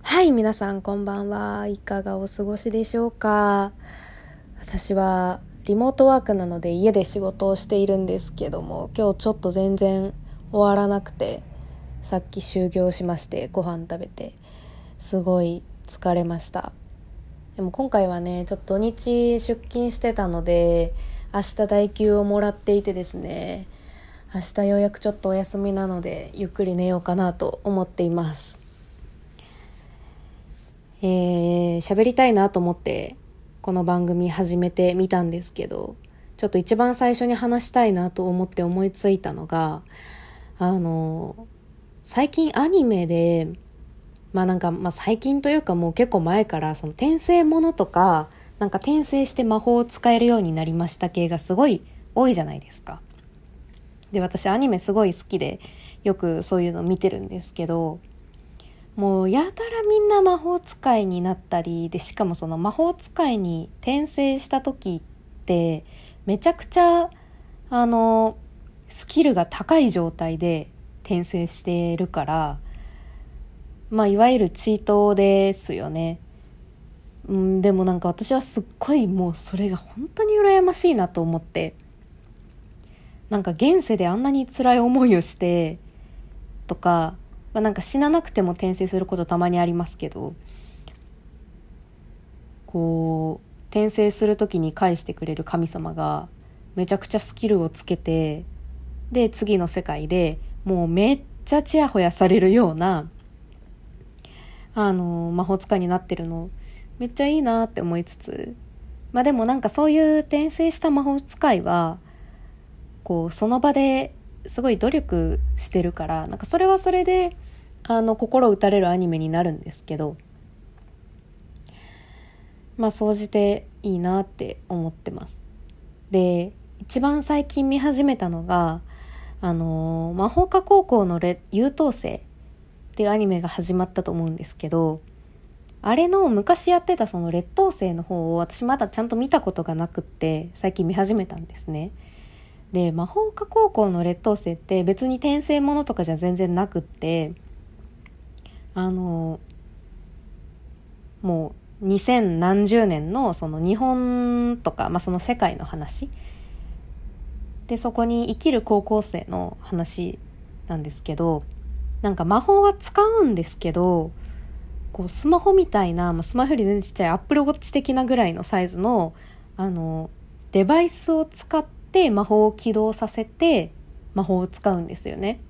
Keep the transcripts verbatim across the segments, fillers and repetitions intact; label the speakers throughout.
Speaker 1: はい、皆さんこんばんは。いかがお過ごしでしょうか。私はリモートワークなので家で仕事をしているんですけども、今日ちょっと全然終わらなくて、さっき就業しましてご飯食べてすごい疲れました。でも今回はね、ちょっと土日出勤してたので、明日代休をもらっていてですね、明日ようやくちょっとお休みなのでゆっくり寝ようかなと思っています。えー、喋りたいなと思ってこの番組始めてみたんですけど、ちょっと一番最初に話したいなと思って思いついたのが、あの最近アニメで、まあなんか、まあ最近というかもう結構前からその転生ものとか、なんか転生して魔法を使えるようになりました系がすごい多いじゃないですか。で、私アニメすごい好きでよくそういうの見てるんですけど、もうやたらみんな魔法使いになったりで、しかもその魔法使いに転生した時ってめちゃくちゃあのスキルが高い状態で転生してるから、まあいわゆるチートですよね。うん、でもなんか私はすっごいもうそれが本当に羨ましいなと思って、なんか現世であんなに辛い思いをしてとか、まあ、なんか死ななくても転生することたまにありますけど、こう転生する時に返してくれる神様がめちゃくちゃスキルをつけて、で次の世界でもうめっちゃチヤホヤされるようなあの魔法使いになってるのめっちゃいいなって思いつつ、まあでもなんかそういう転生した魔法使いはこうその場ですごい努力してるから、なんかそれはそれであの心打たれるアニメになるんですけど、まあ総じていいなって思ってます。で、一番最近見始めたのがあの魔法科高校のレ優等生っていうアニメが始まったと思うんですけど、あれの昔やってたその劣等生の方を私まだちゃんと見たことがなくって、最近見始めたんですね。で、魔法科高校の劣等生って別に転生ものとかじゃ全然なくって、あのもうにせん何十年のその日本とか、まあ、その世界の話で、そこに生きる高校生の話なんですけど、なんか魔法は使うんですけど、こうスマホみたいな、まあ、スマホより全然ちっちゃいアップルウォッチ的なぐらいのサイズのあのデバイスを使って魔法を起動させて魔法を使うんですよね。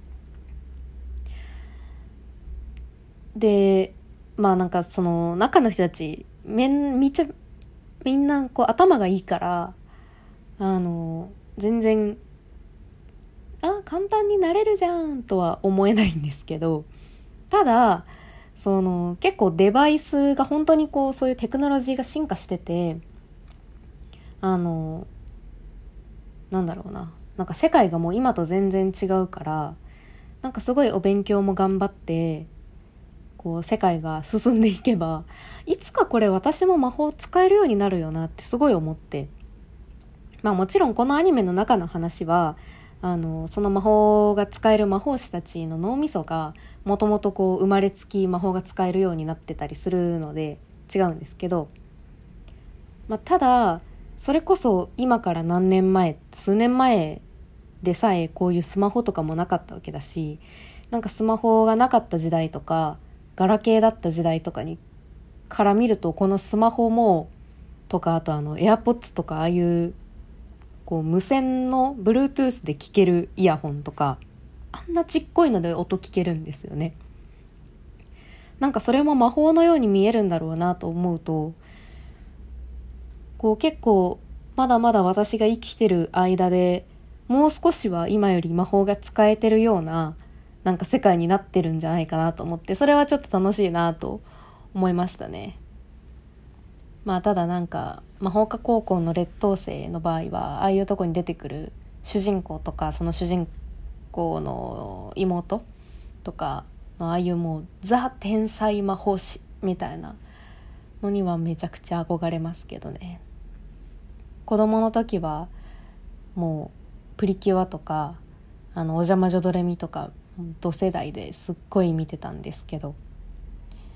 Speaker 1: で、まあなんかその中の人たちめんみちゃみんなこう頭がいいから、あの全然あ簡単になれるじゃんとは思えないんですけど、ただその結構デバイスが本当にこうそういうテクノロジーが進化してて、あのなんだろうな、なんか世界がもう今と全然違うから、なんかすごいお勉強も頑張ってこう世界が進んでいけば、いつかこれ私も魔法使えるようになるよなってすごい思って、まあもちろんこのアニメの中の話はあのその魔法が使える魔法師たちの脳みそがもともとこう生まれつき魔法が使えるようになってたりするので違うんですけど、まあ、ただそれこそ今から何年前数年前でさえこういうスマホとかもなかったわけだし、なんかスマホがなかった時代とかガラケーだった時代とかにから見ると、このスマホもとか、あとあの AirPods とか、ああいうこう無線の Bluetooth で聞けるイヤホンとか、あんなちっこいので音聞けるんですよね。なんかそれも魔法のように見えるんだろうなと思うと、こう結構まだまだ私が生きてる間でもう少しは今より魔法が使えてるようななんか世界になってるんじゃないかなと思って、それはちょっと楽しいなと思いましたね。まあただなんか魔法科高校の劣等生の場合は、ああいうとこに出てくる主人公とか、その主人公の妹とか、ああいうもうザ天才魔法師みたいなのにはめちゃくちゃ憧れますけどね。子供の時はもうプリキュアとかあのお邪魔女ドレミとか同世代ですっごい見てたんですけど、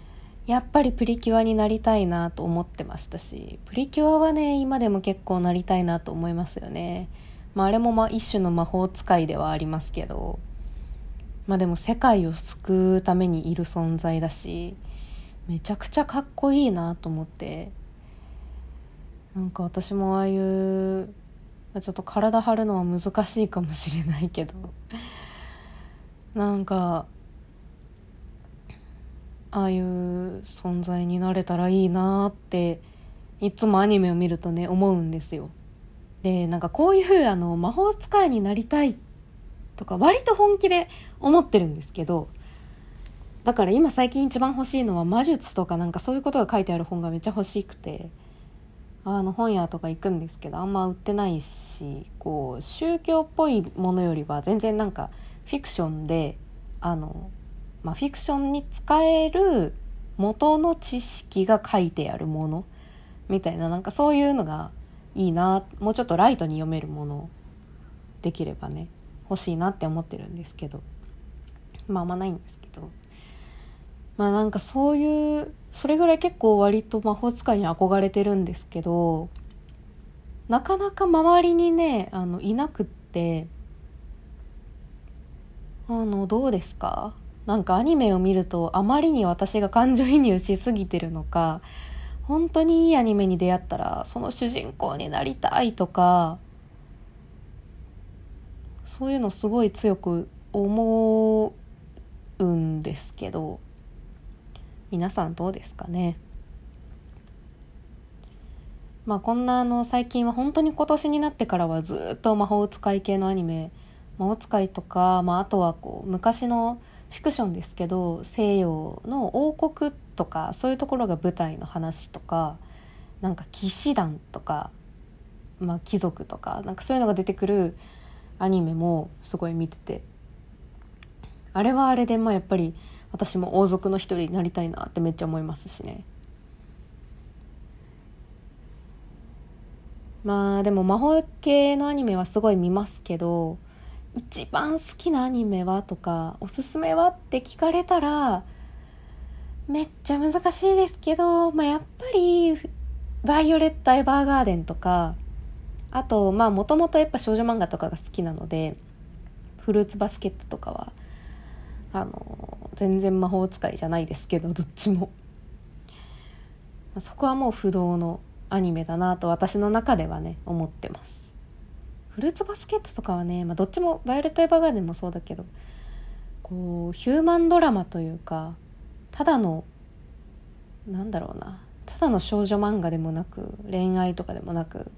Speaker 1: やっぱりプリキュアになりたいなと思ってましたし、プリキュアはね今でも結構なりたいなと思いますよね。まああれもまあ一種の魔法使いではありますけど、まあでも世界を救うためにいる存在だし、めちゃくちゃかっこいいなと思って、なんか私もああいうちょっと体張るのは難しいかもしれないけど、なんかああいう存在になれたらいいなっていつもアニメを見るとね思うんですよ。でなんかこういうあの魔法使いになりたいとか割と本気で思ってるんですけど、だから今最近一番欲しいのは魔術とかなんかそういうことが書いてある本がめっちゃ欲しくて、あの本屋とか行くんですけどあんま売ってないし、こう宗教っぽいものよりは全然なんかフィクションであの、まあ、フィクションに使える元の知識が書いてあるものみたいな、なんかそういうのがいいな、もうちょっとライトに読めるものできればね欲しいなって思ってるんですけど、まああんまないんですけど、まあなんかそういうそれぐらい結構割と魔法使いに憧れてるんですけど、なかなか周りにねあのいなくって、あのどうですか？なんかアニメを見るとあまりに私が感情移入しすぎてるのか、本当にいいアニメに出会ったらその主人公になりたいとか、そういうのすごい強く思うんですけど、皆さんどうですかね。まあこんなあの最近は本当に今年になってからはずっと魔法使い系のアニメ、魔法使いとか、まあ、あとはこう昔のフィクションですけど西洋の王国とかそういうところが舞台の話とか、なんか騎士団とか、まあ、貴族とかなんかそういうのが出てくるアニメもすごい見てて、あれはあれでまあやっぱり私も王族の一人になりたいなってめっちゃ思いますしね。まあでも魔法系のアニメはすごい見ますけど、一番好きなアニメはとかおすすめはって聞かれたらめっちゃ難しいですけど、まあ、やっぱりバイオレット・エヴァーガーデンとか、あとまあもともとやっぱ少女漫画とかが好きなのでフルーツバスケットとかはあの全然魔法使いじゃないですけどどっちもそこはもう不動のアニメだなと私の中ではね思ってます。フルーツバスケットとかはね、まあ、どっちもバイオレット・エヴァーガーデンもそうだけど、こうヒューマンドラマというか、ただのなんだろうなただの少女漫画でもなく恋愛とかでもなく、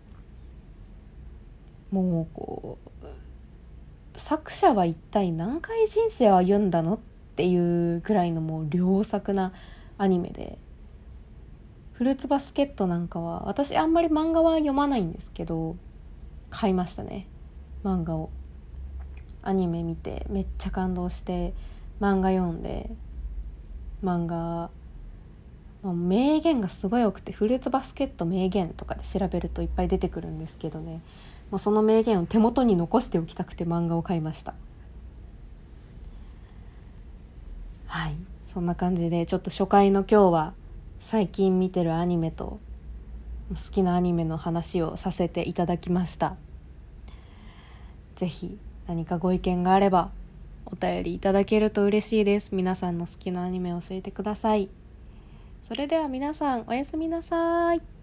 Speaker 1: もうこう作者は一体何回人生を歩んだのっていうくらいのもう良作なアニメで、フルーツバスケットなんかは私あんまり漫画は読まないんですけど買いましたね。漫画をアニメ見てめっちゃ感動して漫画読んで、漫画名言がすごい多くて、フルーツバスケット名言とかで調べるといっぱい出てくるんですけどね、もうその名言を手元に残しておきたくて漫画を買いました。はい、そんな感じでちょっと初回の今日は最近見てるアニメと好きなアニメの話をさせていただきました。ぜひ何かご意見があればお便りいただけると嬉しいです。皆さんの好きなアニメを教えてください。それでは皆さんおやすみなさい。